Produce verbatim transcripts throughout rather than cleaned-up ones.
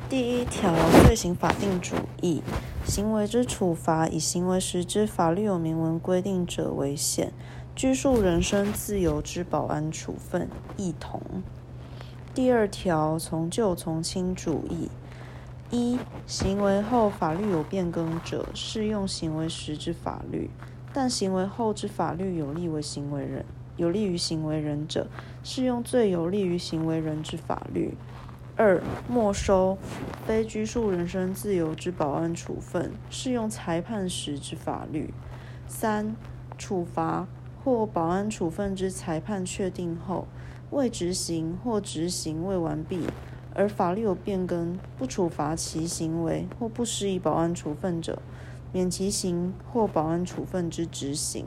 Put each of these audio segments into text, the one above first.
第一条，罪行法定主义，行为之处罚以行为时之法律有明文规定者为限，拘束人身自由之保安处分亦同。第二条，从旧从轻主义，一、行为后法律有变更者，适用行为时之法律，但行为后之法律有利为行为人有利于行为人者，适用最有利于行为人之法律。二、没收，非拘束人身自由之保安处分，适用裁判时之法律。三、处罚或保安处分之裁判确定后，未执行或执行未完毕，而法律有变更，不处罚其行为或不施以保安处分者，免其刑或保安处分之执行。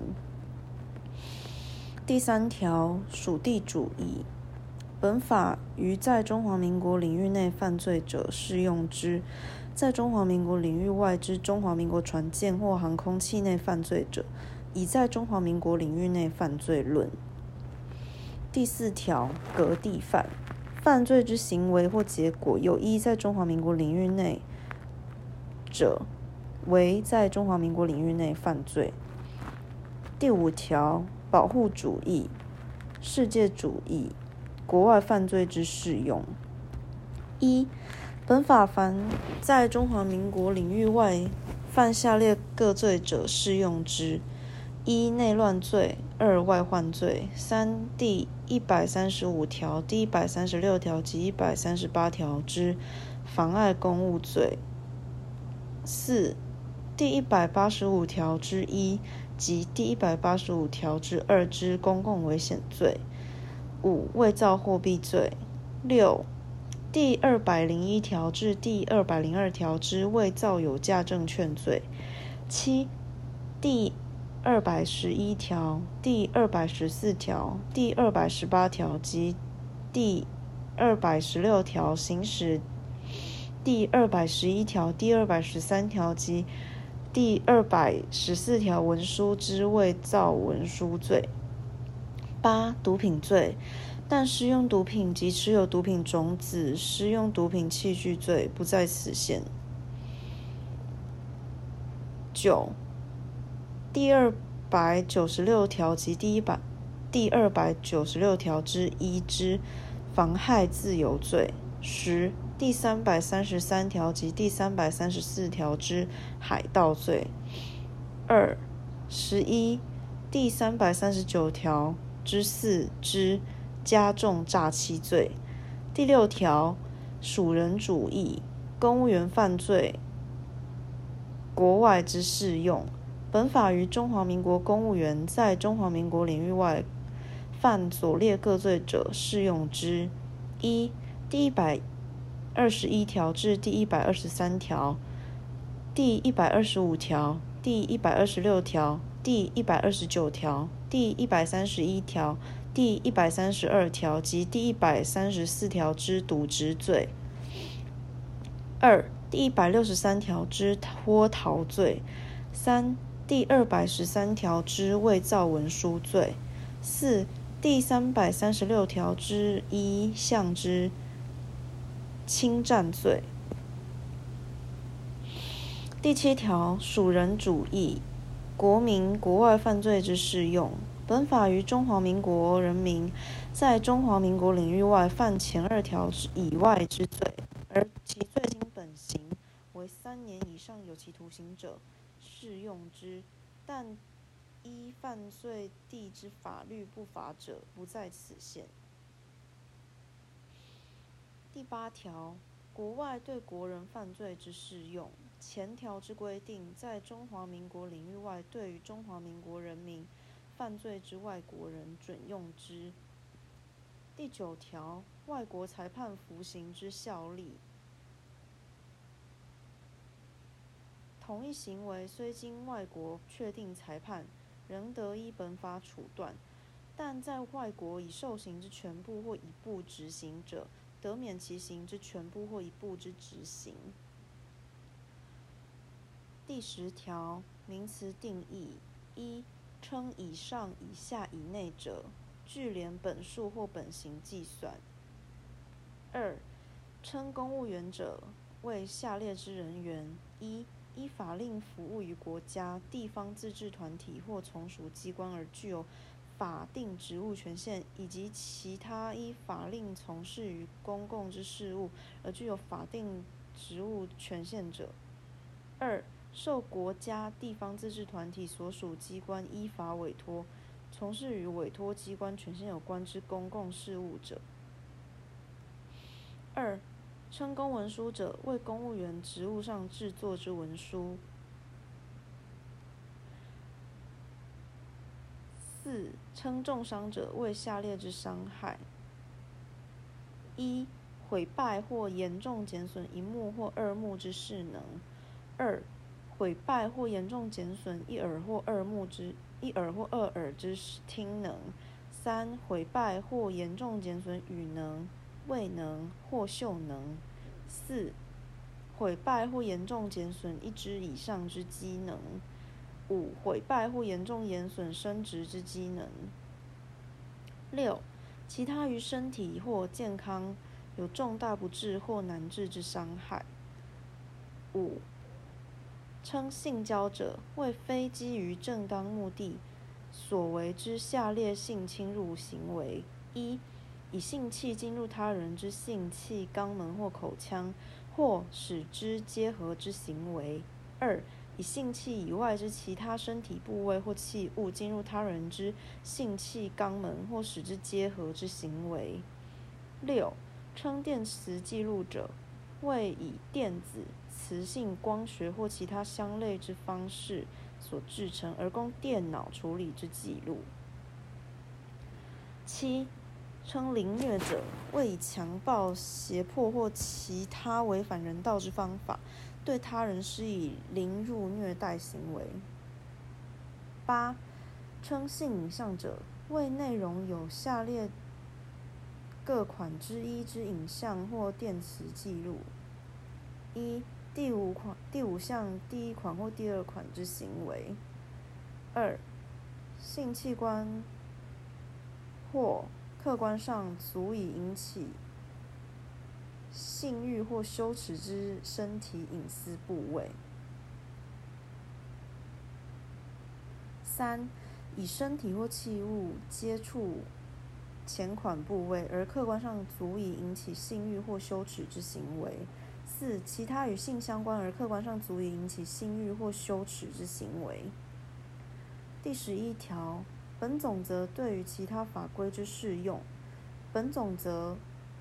第三条，属地主义，本法于在中华民国领域内犯罪者适用之，在中华民国领域外之中华民国船舰或航空器内犯罪者，以在中华民国领域内犯罪论。第四条，隔地犯，犯罪之行为或结果有依在中华民国领域内者，为在中华民国领域内犯罪。第五条，保护主义，世界主义，国外犯罪之适用。一、本法凡在中华民国领域外犯下列各罪者适用之：一、内乱罪；二、外患罪；三、第一百三十五条、第一百三十六条及一百三十八条之妨碍公务罪；四、第一百八十五条之一及第一百八十五条之二之公共危险罪；五、伪造货币罪；六、第二百零一条至第二百零二条之伪造有价证券罪；七、第二百十一条、第二百十四条、第二百十八条及第二百十六条行使第二百十一条、第二百十三条及第二百十四条文书之伪造文书罪。八、毒品罪，但施用毒品及持有毒品种子、施用毒品器具罪不在此限。九、第二百九十六条及第一百第二百九十六条之一之妨害自由罪。十、第三百三十三条及第三百三十四条之海盗罪。二、十一、第三百三十九条之四之加重诈欺罪。第六条，属人主义，公务员犯罪，国外之适用。本法于中华民国公务员在中华民国领域外犯所列各罪者适用之。一、第一百二十一条至第一百二十三条、第一百二十五条、第一百二十六条、第一百二十九条、第一百三十一条、第一百三十二条及第一百三十四条之渎职罪。二、第一百六十三条之脱逃罪。三、第二百十三条之伪造文书罪。四、第三百三十六条之一项之侵占罪。第七条，属人主义，国民国外犯罪之适用。本法于中华民国人民在中华民国领域外犯前二条以外之罪，而其罪经本刑为三年以上有期徒刑者，适用之，但依犯罪地之法律不法者，不在此限。第八条，国外对国人犯罪之适用。前条之规定，在中华民国领域外对于中华民国人民犯罪之外国人准用之。第九条，外国裁判服刑之效力。同一行为虽经外国确定裁判，仍得依本法处断，但在外国已受刑之全部或一部执行者，得免其刑之全部或一部之执行。第十条，名词定义。一、称以上、以下、以内者，据连本数或本刑计算。二、称公务员者， 为下列之人员：一、依法令服务于国家、地方自治团体或从属机关而具有法定职务权限，以及其他依法令从事于公共之事务而具有法定职务权限者；二、受国家、地方自治团体所属机关依法委托，从事与委托机关权限有关之公共事务者；二、称公文书者，为公务员职务上制作之文书；四、称重伤者，为下列之伤害：一、毁败或严重减损一目或二目之势能；二、毁败或严重减损一耳或二目之一耳或二耳之听能；三、毁败或严重减损语能、味能或嗅能；四、毁败或严重减损一只以上之机能；五、毁败或严重减损生殖之机能；六、其他于身体或健康有重大不治或难治之伤害；五、称性交者，为非基于正当目的所为之下列性侵入行为：一、以性器进入他人之性器、肛门或口腔，或使之结合之行为；二、以性器以外之其他身体部位或器物进入他人之性器、肛门或使之结合之行为；六、称电磁记录者，为以电子、磁性、光学或其他相类之方式所制成而供电脑处理之记录；七、称凌虐者，为以强暴、胁迫或其他违反人道之方法，对他人施以凌辱虐待行为；八、称性影像者，为内容有下列各款之一之影像或电磁记录：一、第五款第五项第一款或第二款之行为；二、性器官或客观上足以引起性欲或羞耻之身体隐私部位；三、以身体或器物接触前款部位而客观上足以引起性欲或羞耻之行为；四、其他与性相关而客观上足以引起性欲或羞耻之行为。第十一条，本总则对于其他法规之适用，本总则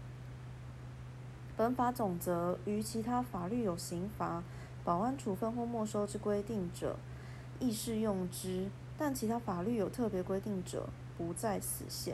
本法总则于其他法律有刑罚、保安处分或没收之规定者，亦适用之，但其他法律有特别规定者，不在此限。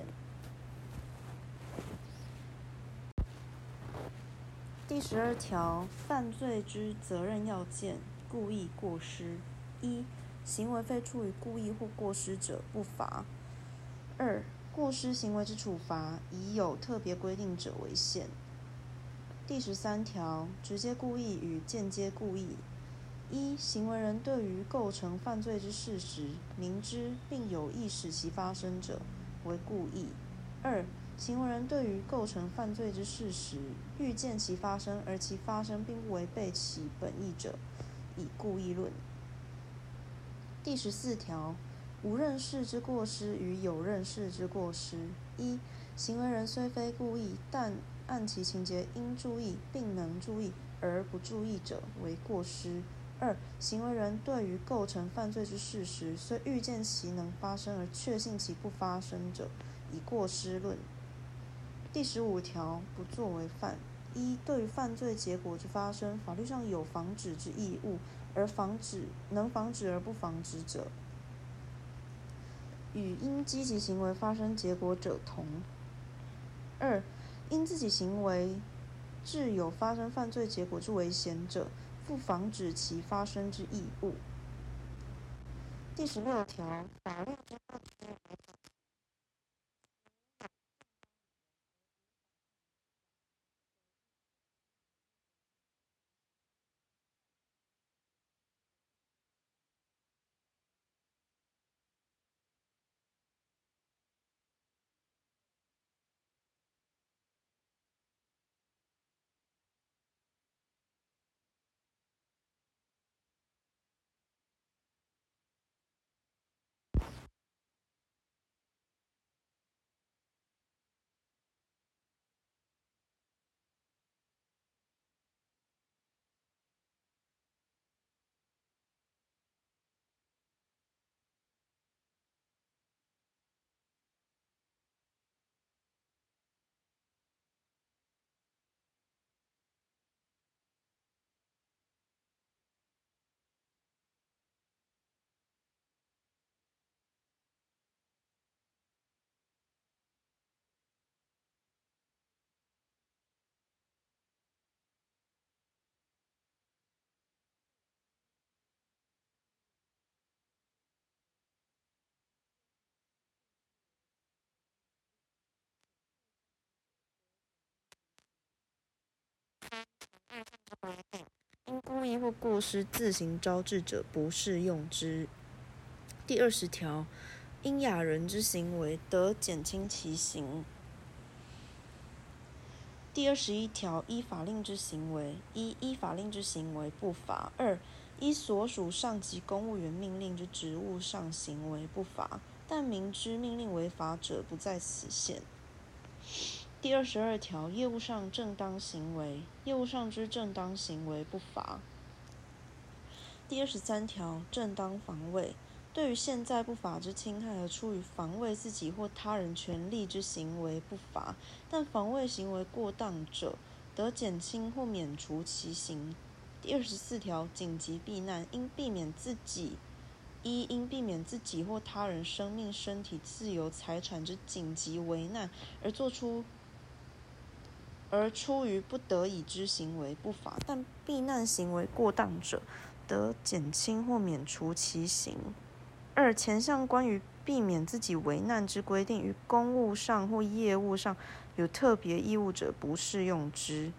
第十二条，犯罪之责任要件：故意过失。一、行为非出于故意或过失者，不罚；二、过失行为之处罚，以有特别规定者为限。第十三条，直接故意与间接故意：一、行为人对于构成犯罪之事实，明知并有意使其发生者，为故意；二、行为人对于构成犯罪之事实，预见其发生，而其发生并不违背其本意者，以故意论。第十四条，无认识之过失与有认识之过失：一、行为人虽非故意，但按其情节应注意并能注意而不注意者，为过失；二、行为人对于构成犯罪之事实，虽预见其能发生而确信其不发生者，以过失论。第十五条，不作为犯：一、对于犯罪结果之发生，法律上有防止之义务，而防止能防止而不防止者，与因积极行为发生结果者同；二、因自己行为致有发生犯罪结果之危险者，负防止其发生之义务。第十六条，法律之过失或过失自行招致者，不适用之。第二十条，因亚人之行为，得减轻其刑。第二十一条，依法令之行为，一依法令之行为不罚；二依所属上级公务员命令之职务上行为不罚，但明知命令违法者不在此限。第二十二条，业务上正当行为，业务上之正当行为不罚。第二十三条，正当防卫，对于现在不法之侵害而出于防卫自己或他人权利之行为不罚，但防卫行为过当者，得减轻或免除其刑。第二十四条，紧急避难，应避免自己一因避免自己或他人生命、身体、自由、财产之紧急危难而做出而出于不得已之行为不罚，但避难行为过当者，得减轻或免除其刑。二、前项关于避免自己危难之规定，于公务上或业务上有特别义务者，不适用之。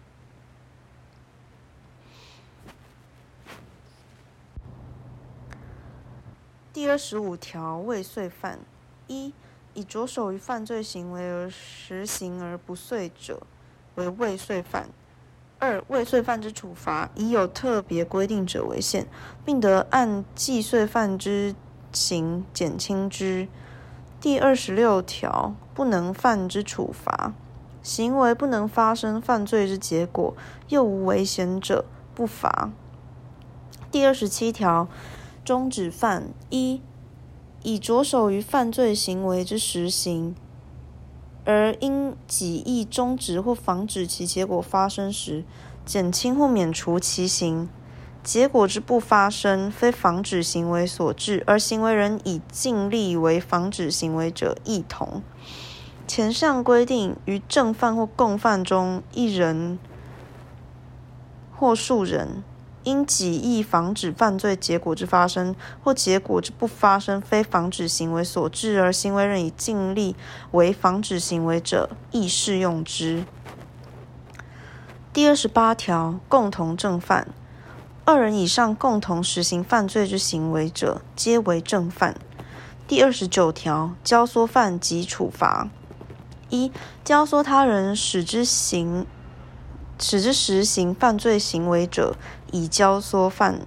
第二十五条，未遂犯，一、以着手于犯罪行为而实行而不遂者，为未遂犯。二、未遂犯之处罚，以有特别规定者为限，并得按既遂犯之刑减轻之。第二十六条，不能犯之处罚，行为不能发生犯罪之结果，又无危险者，不罚。第二十七条，终止犯，一、以着手于犯罪行为之实行，而因己意终止或防止其结果发生时，减轻或免除其刑；结果之不发生，非防止行为所致，而行为人以尽力为防止行为者，亦同。前项规定，于正犯或共犯中，一人或数人，因己意防止犯罪结果之发生，或结果之不发生，非防止行为所致，而行为人以尽力为防止行为者，亦适用之。第二十八条，共同正犯，二人以上共同实行犯罪之行为者，皆为正犯。第二十九条，教唆犯及处罚。一、教唆他人使之行使之实行犯罪行为者，以教唆犯。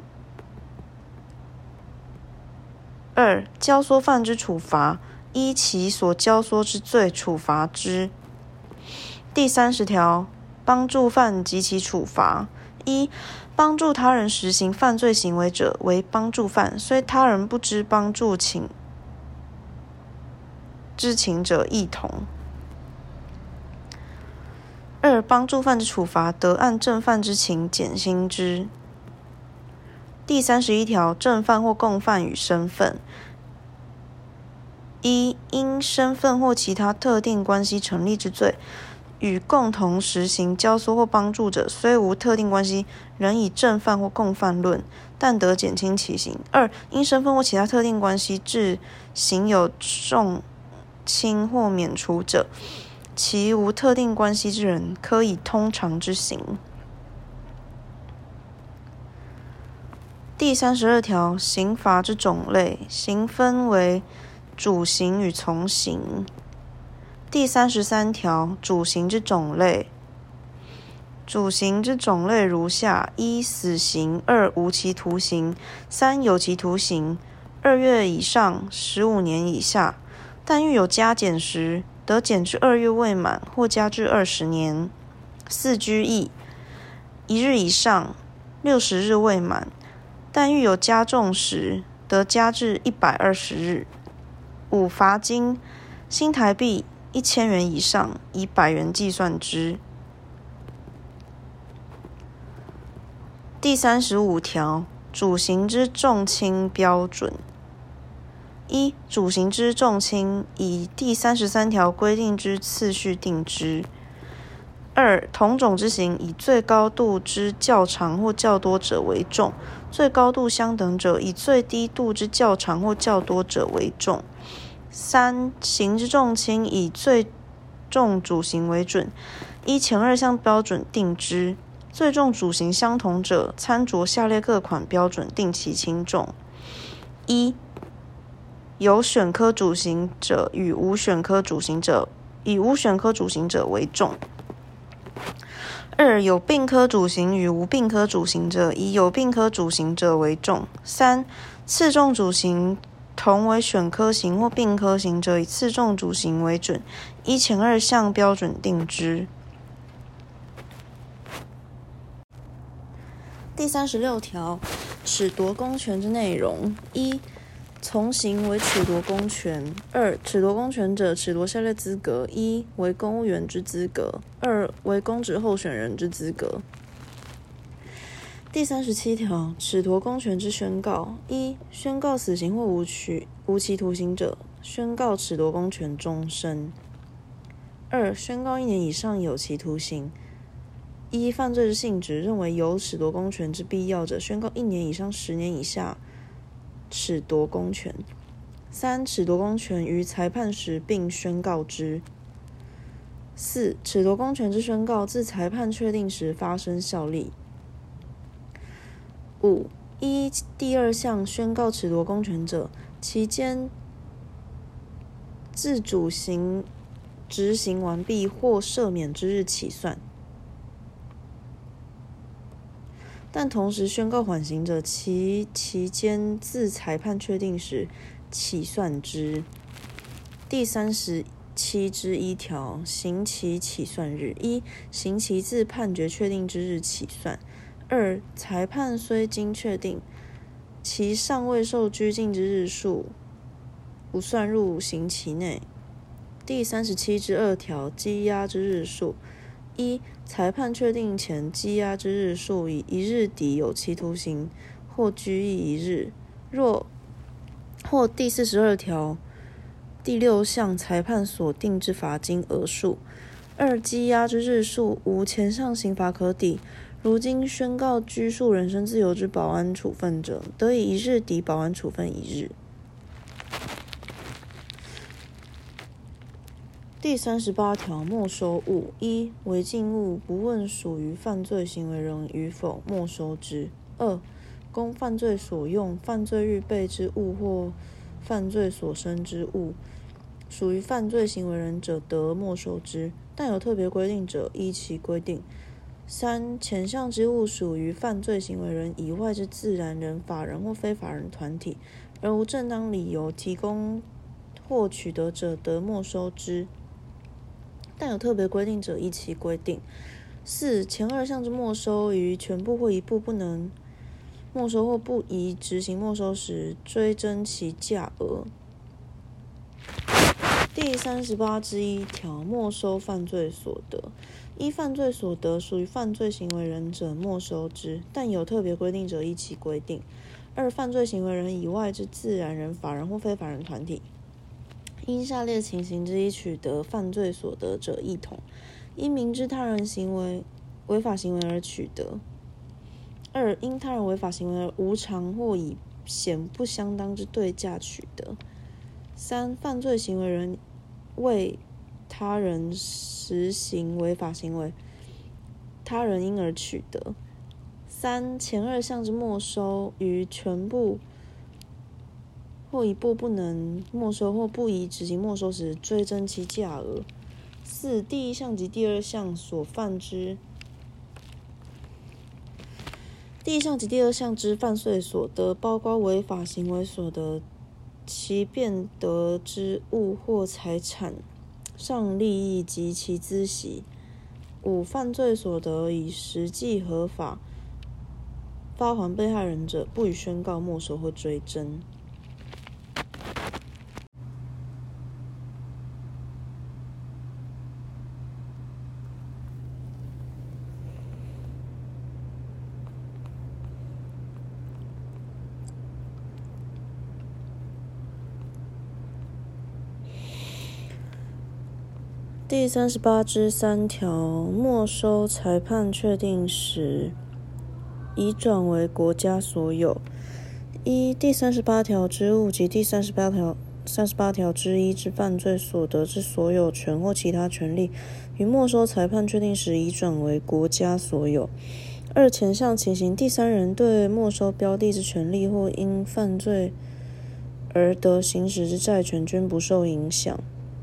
二、教唆犯之处罚，依其所教唆之罪处罚之。第三十条，帮助犯及其处罚。一、帮助他人实行犯罪行为者为帮助犯，虽他人不知帮助情知情者亦同。二、帮助犯之处罚，得按正犯之情减轻之。第三十一条，正犯或共犯与身份。一、因身份或其他特定关系成立之罪，与共同实行教唆或帮助者，虽无特定关系，仍以正犯或共犯论，但得减轻其刑。二、因身份或其他特定关系致刑有重轻或免除者，其无特定关系之人，可以通常之刑。第三十二条，刑罚之种类，刑分为主刑与从刑。第三十三条，主刑之种类，主刑之种类如下：一、死刑；二、无期徒刑；三、有期徒刑。二月以上，十五年以下。但遇有加减时，得减至二月未满，或加至二十年。四、拘役，一日以上，六十日未满，但遇有加重时，得加至一百二十日。五、罚金，新台币一千元以上，以百元计算之。第三十五条，主刑之重轻标准。一、主刑之重轻，以第三十三条规定之次序定之。二、同种之刑，以最高度之较长或较多者为重，最高度相等者，以最低度之较长或较多者为重。三、刑之重轻，以最重主刑为准，依前二项标准定之。 罪重主刑相同者，参酌下列各款标准定其轻重：一、有选科主刑者与无选科主刑者，以无选科主刑者为重；二、有并科主刑与无并科主刑者，以有并科主刑者为重；三、次重主刑同为选科刑或并科刑者，以次重主刑为准，依前二项标准定之。第三十六条，褫夺公权之内容：一、从刑为褫夺公权；二、褫夺公权者，褫夺下列资格：一、为公务员之资格；二、为公职候选人之资格。第三十七条，褫夺公权之宣告：一、宣告死刑或无期无期徒刑者，宣告褫夺公权终身；二、宣告一年以上有期徒刑。依犯罪之性质，认为有褫夺公权之必要者，宣告一年以上十年以下褫夺公权。三、褫夺公权于裁判时并宣告之。四、褫夺公权之宣告自裁判确定时发生效力。五、依第二项宣告褫夺公权者，期间自主刑执行完毕或赦免之日起算。但同时宣告缓刑者，其期间自裁判确定时起算之。第三十七之一条，刑期起算日：一、刑期自判决确定之日起算；二、裁判虽经确定，其尚未受拘禁之日数，不算入刑期内。第三十七之二条，羁押之日数：一、裁判确定前羁押之日数以一日抵有期徒刑或拘役一日，若或第四十二条第六项裁判所定之罚金额数。二、羁押之日数无前项刑罚可抵，如经宣告拘束人身自由之保安处分者，得以一日抵保安处分一日。第三十八条，没收物：一、违禁物不问属于犯罪行为人与否，没收之；二、供犯罪所用、犯罪预备之物或犯罪所生之物，属于犯罪行为人者，得没收之，但有特别规定者，依其规定。三、前项之物属于犯罪行为人以外之自然人、法人或非法人团体，而无正当理由提供或取得者，得没收之，但有特别规定者，依其规定。四、前二项之没收于全部或一部不能没收或不宜执行没收时，追征其价额。第三十八之一条，没收犯罪所得：依犯罪所得属于犯罪行为人者，没收之，但有特别规定者，依其规定。二、犯罪行为人以外之自然人、法人或非法人团体，因下列情形之一取得犯罪所得者，一同：因明知他人行为违法行为而取得；二、因他人违法行为而无偿或以显不相当之对价取得；三、犯罪行为人为他人实行违法行为，他人因而取得。三、前二项之没收于全部或一部不能没收或不宜执行没收时，追征其价额。四、第一项及第二项所犯之第一项及第二项之犯罪所得，包括违法行为所得，其变得之物或财产上利益及其孳息。五、犯罪所得以实际合法发还被害人者，不予宣告没收或追征。第三十八之三条，没收裁判确定时，已转为国家所有。一、第三十八条之物及第三十八条三十八条之一之犯罪所得之所有权或其他权利，于没收裁判确定时移转为国家所有。二、前项情形，第三人对没收标的之权利或因犯罪而得行使之债权均不受影响。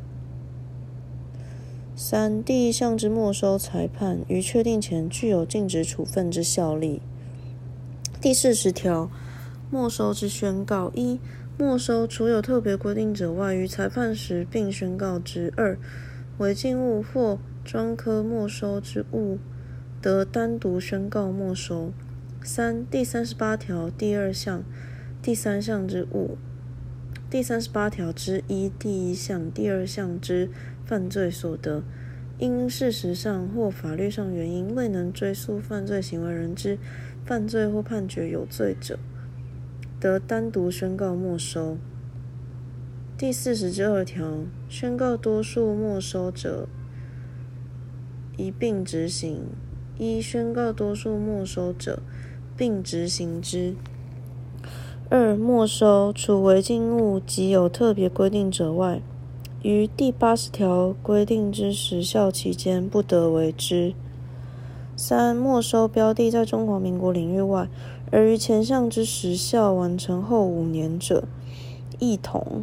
三、第一项之没收裁判于确定前具有禁止处分之效力。第四十条，没收之宣告：一、没收除有特别规定者外，于裁判时并宣告之。二、违禁物或专科没收之物，得单独宣告没收。三、第三十八条第二项、第三项之物，第三十八条之一第一项、第二项之犯罪所得，因事实上或法律上原因未能追溯犯罪行为人之犯罪或判决有罪者，得单独宣告没收。第四十之二条，宣告多数没收者，一并执行。一、宣告多数没收者，并执行之。二、没收除违禁物及有特别规定者外，于第八十条规定之时效期间不得为之。三、没收标的在中华民国领域外，而于前项之时效完成后五年者，一同。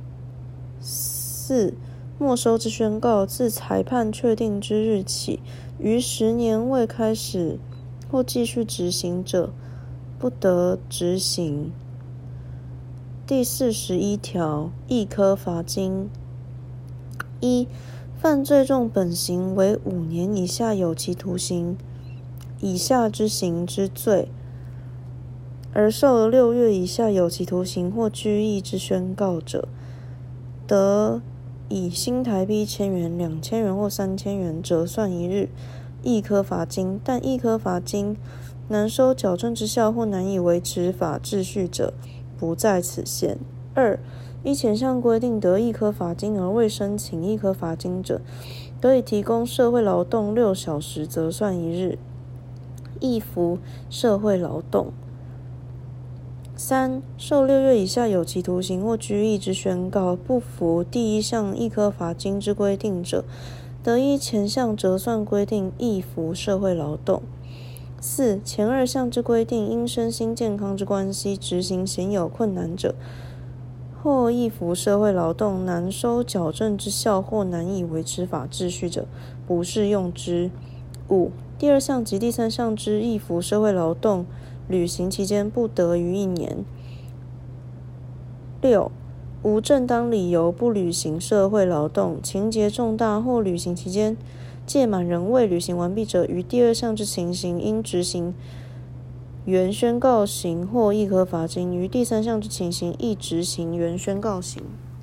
四、没收之宣告自裁判确定之日起，于十年未开始或继续执行者，不得执行。第四十一条，一科罚金。一、犯罪重本刑为五年以下有期徒刑以下之刑之罪，而受六月以下有期徒刑或拘役之宣告者，得以新台币千元、两千元或三千元折算一日，一科罚金。但一科罚金难收矫正之效或难以维持法秩序者，不在此限。二、依前项规定得一科罚金而未申请一科罚金者，得以提供社会劳动六小时折算一日，一服社会劳动。三、受六月以下有期徒刑或拘役之宣告，不服第一项一科罚金之规定者，得依前项折算规定一服社会劳动。四、前二项之规定因身心健康之关系执行显有困难者，或一服社会劳动难收矫正之效或难以维持法秩序者，不适用之。五、第二项及第三项之一服社会劳动履行期间不得逾一年。六、无正当理由不履行社会劳动，情节重大或履行期间届满仍未履行完毕者，于第二项之情形应执行原宣告刑或一科罚金，于第三项之情形亦执行原宣告刑。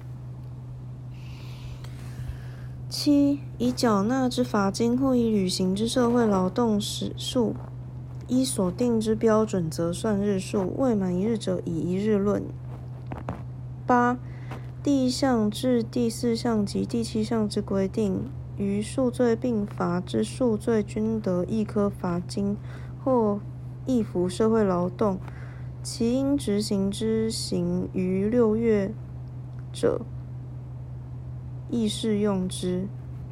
七、已缴纳之罚金或已履行之社会劳动时数，依所定之标准折算日数，未满一日者以一日论。八、第一项至第四项及第七项之规定，于数罪并罚之数罪均得一科罚金或一服社会劳动，其应执行之刑于六月者，亦适用之。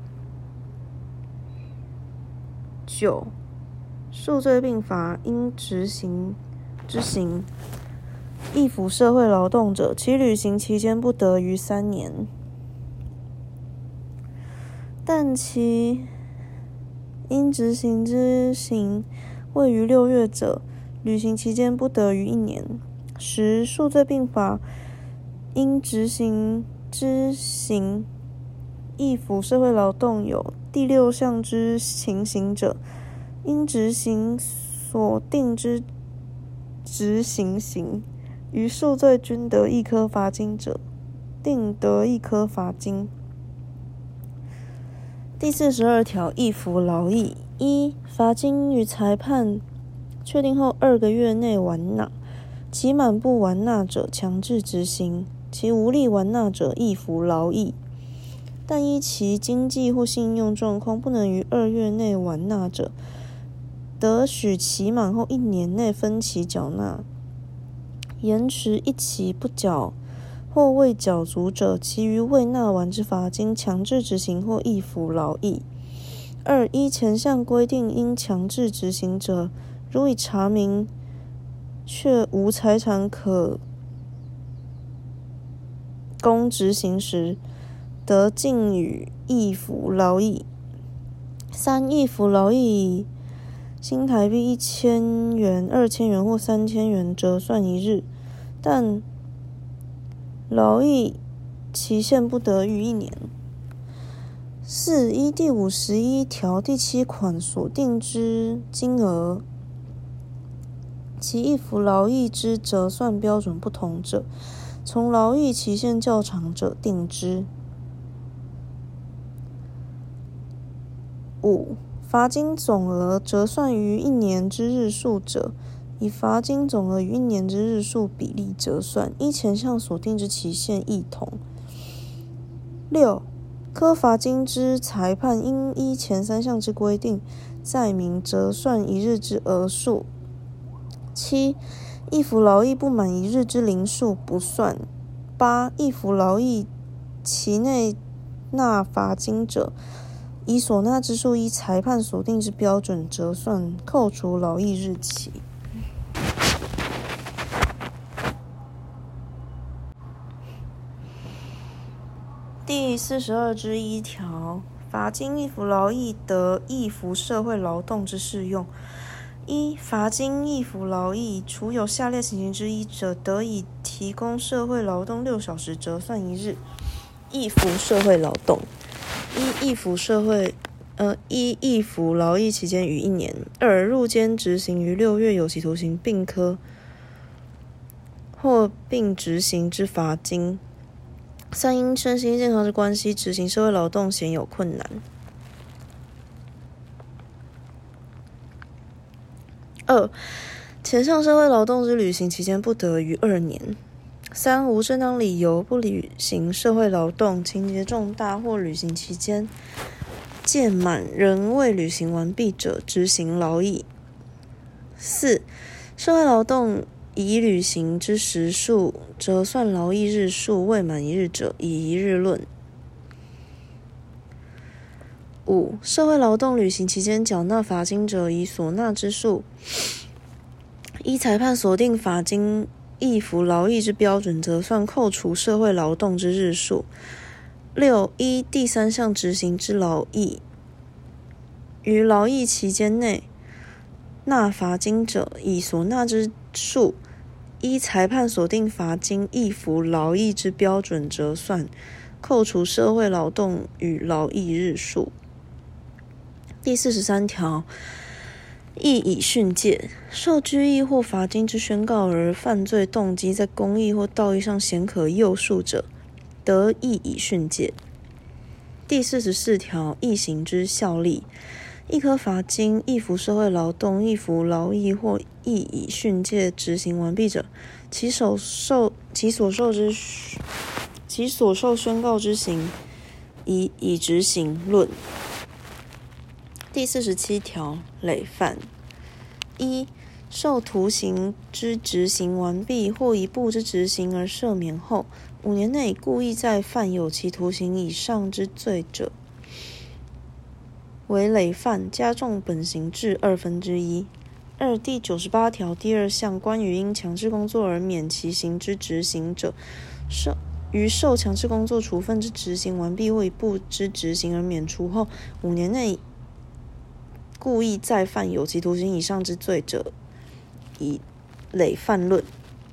九、数罪并罚应执行之刑一服社会劳动者，其履行期间不得逾三年，但其应执行之刑未逾六月者，履行期间不得逾一年。十、数罪并罚应执行之刑一服社会劳动有第六项之情形者，应执行所定之执行刑，于数罪均得一科罚金者，定得一科罚金。第四十二条，一服劳役。一、罚金于裁判确定后二个月内完纳，期满不完纳者强制执行，其无力完纳者一服劳役。但依其经济或信用状况不能于二月内完纳者，得许期满后一年内分期缴纳，延迟一期不缴或未缴足者，其余未纳完之罚金，强制执行或易服劳役。二、依前项规定应强制执行者，如已查明却无财产可供执行时，得逕予易服劳役。三、易服劳役新台币一千元、二千元或三千元折算一日，但劳役期限不得逾一年。四、依第五十一条第七款所定之金额，其易服劳役之折算标准不同者，从劳役期限较长者定之。五、罚金总额折算于一年之日数者，以罚金总额与一年之日数比例折算，依前项所定之期限异同。六、科罚金之裁判应依前三项之规定，载明折算一日之额数。七、易服劳役不满一日之零数不算。八、易服劳役期内纳罚金者，以所纳之数依裁判所定之标准折算，扣除劳役日期。第四十二之一条，罚金易服劳役得易服社会劳动之适用。一、罚金易服劳役，除有下列情形之一者，得以提供社会劳动六小时折算一日。易服社会劳动。一、易服社会呃一易服劳役期间逾一年。二、入监执行于六月有期徒刑并科或并执行之罚金。三、因身心健康之关系，执行社会劳动显有困难。二、前项社会劳动之履行期间不得逾二年。三、无正当理由不履行社会劳动，情节重大或履行期间届满仍未履行完毕者，执行劳役。四、社会劳动已履行之时数折算劳役日数未满一日者，以一日论。五、社会劳动履行期间缴纳罚金者，以所纳之数依裁判所定罚金易服劳役之标准折算，扣除社会劳动之日数。六、依第三项执行之劳役，于劳役期间内纳罚金者，以所纳之数依裁判所定罚金易服劳役之标准折算，扣除社会劳动与劳役日数。第四十三条，亦以训诫，受拘役或罚金之宣告而犯罪动机在公益或道义上显可诱诉者，得亦以训诫。第四十四条，役行之效力，一科罚金、易服社会劳动、易服劳役或亦以训诫执行完毕者，其所受其所受之其所受宣告之刑，以以执行论。第四十七条，累犯。一、受徒刑之执行完毕或一部之执行而赦免后，五年内故意再犯有期徒刑以上之罪者，为累犯，加重本刑至二分之一。二、第九十八条第二项关于因强制工作而免其刑之执行者，受于受强制工作处分之执行完毕或一部之执行而免除后，五年内故意再犯有期徒刑以上之罪者，以累犯论。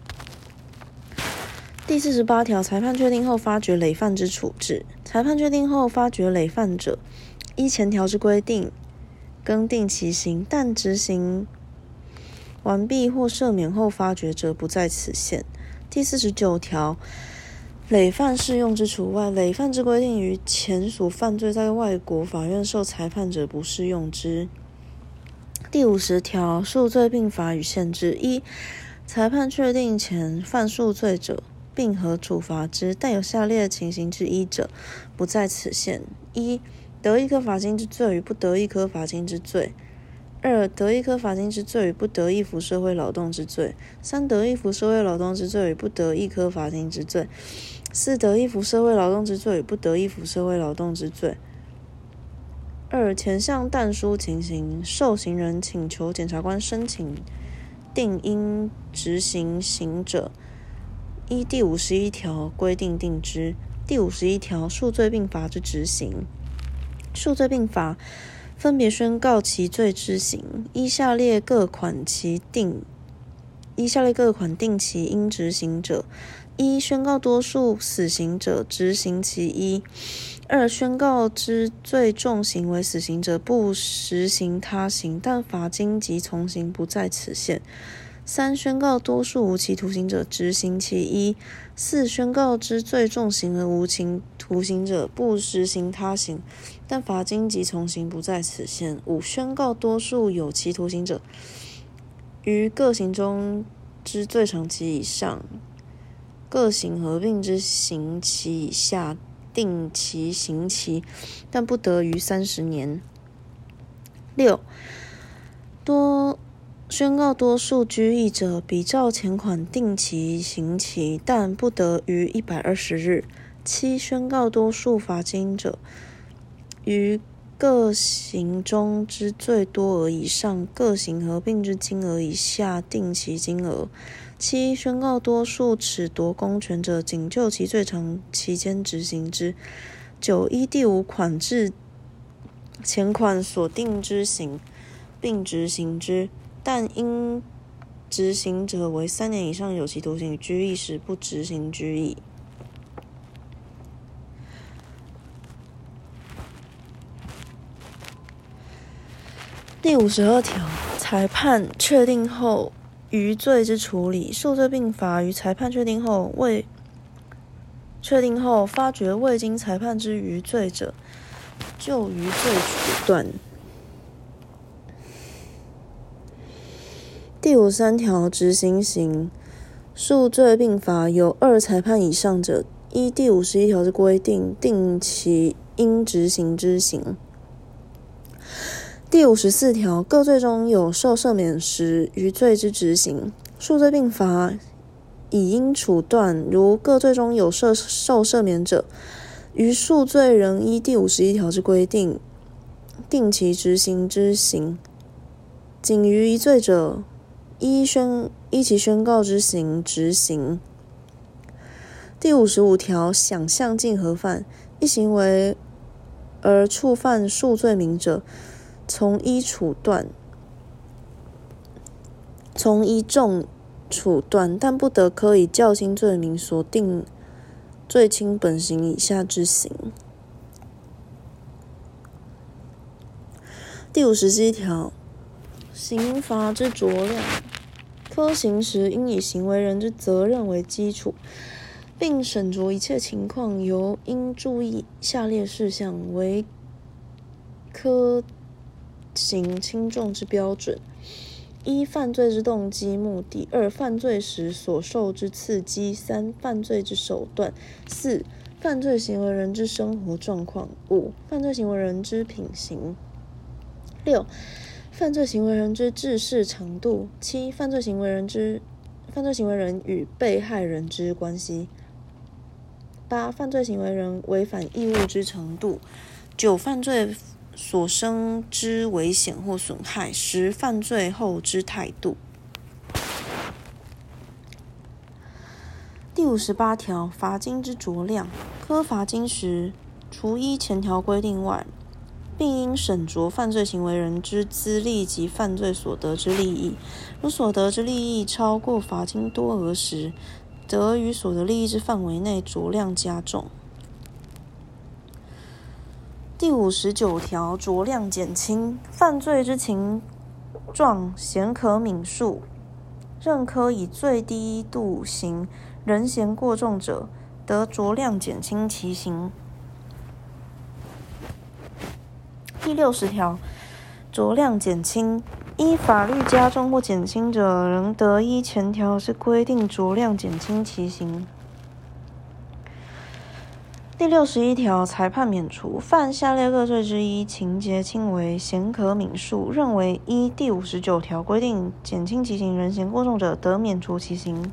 第四十八条，裁判确定后发觉累犯之处置。裁判确定后发觉累犯者，依前条之规定更定其刑，但执行完毕或赦免后发觉者，不在此限。第四十九条，累犯适用之除外，累犯之规定于前属犯罪在外国法院受裁判者，不适用之。第五十条，数罪并罚与限制。一、裁判确定前犯数罪者，并合处罚之，但有下列情形之一者，不在此限。一、得一科罚金之罪与不得一科罚金之罪。 二、得一科罚金之罪与不得一服社会劳动之罪；三、得一服社会劳动之罪与不得一科罚金之罪；四、得一服社会劳动之罪与不得一服社会劳动之罪。二、前项但书情形，受刑人请求检察官申请定应执行刑者，依第五十一条规定定之。第五十一条，数罪并罚之执行。数罪并罚分别宣告其罪之刑，依下列各款其定，依下列各款定其应执行者：一、宣告多数死刑者，执行其一；二、宣告之最重刑为死刑者，不实行他刑，但罚金及从刑不在此限；三、宣告多数无期徒刑者，执行其一；四、宣告之最重刑为无期徒刑者，不实行他刑，但罚金及从刑不在此限；五、宣告多数有期徒刑者，于各刑中之最长期以上，各刑合并之刑期以下，定其刑期，但不得逾三十年。六、多宣告多数拘役者，比照前款定其刑期，但不得逾一百二十日。七、宣告多数罚金者，于各刑中之最多额以上，各刑合并之金额以下，定其金额。七、宣告多数褫夺公权者，仅就其最长期间执行之。九、依第五款至前款所定之刑，并执行之，但应执行者为三年以上有期徒刑与拘役时，不执行拘役。第五十二条，裁判确定后余罪之处理，数罪并罚于裁判确定后未确定后发觉未经裁判之余罪者，就余罪处断。第五十三条，执行刑，数罪并罚有二裁判以上者，依第五十一条之规定，定其应执行之刑。第五十四条，各罪中有受赦免时，余罪之执行，数罪并罚以应处断。如各罪中有受受赦免者，于数罪仍依第五十一条之规定，定其执行之刑。仅于一罪者，依宣依其宣告之刑执行。第五十五条，想象竞合犯，一行为而触犯数罪名者，从一处断，从一重处断，但不得科以较轻罪名所定最轻本刑以下之刑。第五十七条，刑罚之酌量，科刑时应以行为人之责任为基础，并审酌一切情况，由应注意下列事项为科刑轻重之标准：一、犯罪之动机目的；二、犯罪时所受之刺激；三、犯罪之手段；四、犯罪行为人之生活状况；五、犯罪行为人之品行；六、犯罪行为人之治事程度；七、犯罪行为人之犯罪行为人与被害人之关系；八、犯罪行为人违反义务之程度；九、犯罪所生之危险或损害；十、犯罪后之态度。第五十八条，罚金之酌量，科罚金时，除依前条规定外，并应审酌犯罪行为人之资历及犯罪所得之利益。如所得之利益超过罚金多额时，得于所得利益之范围内酌量加重。第五十九条，酌量减轻，犯罪之情状咸可悯恕，认科以最低度刑仍嫌过重者，得酌量减轻其刑。第六十条，酌量减轻，依法律加重或减轻者，仍得依前条之规定酌量减轻其刑。 第六十一条，裁判免除犯下列各罪之一，情节轻微，咸可悯恕，认为一第五十九条规定减轻其刑人嫌过重者，得免除其刑。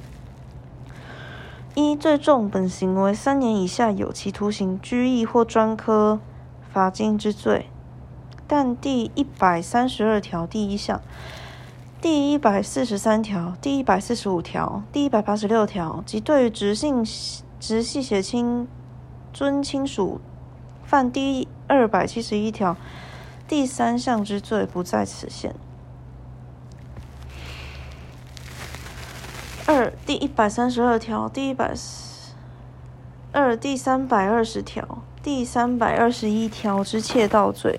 一最重本刑为三年以下有期徒刑、拘役或专科罚金之罪。但第一百三十二条第一项、第一百四十三条、第一百四十五条、第一百八十六条及对于直系直系血亲尊亲属犯第二百七十一条第三项之罪，不在此限。二、第一百三十二条、第一百二、第三百二十条、第三百二十一条之窃盗罪。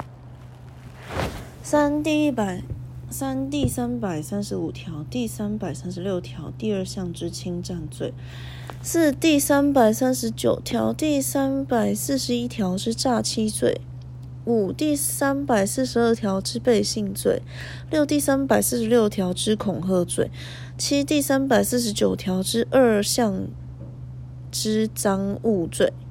三、第一百三、第三百三十五条、第三百三十六条第二项之侵占罪。四、第三百三十九条、第三百四十一条之诈欺罪。五、第三百四十二条之背信罪。六、第三百四十六条之恐吓罪。七、第三百四十九条之二项之赃物罪。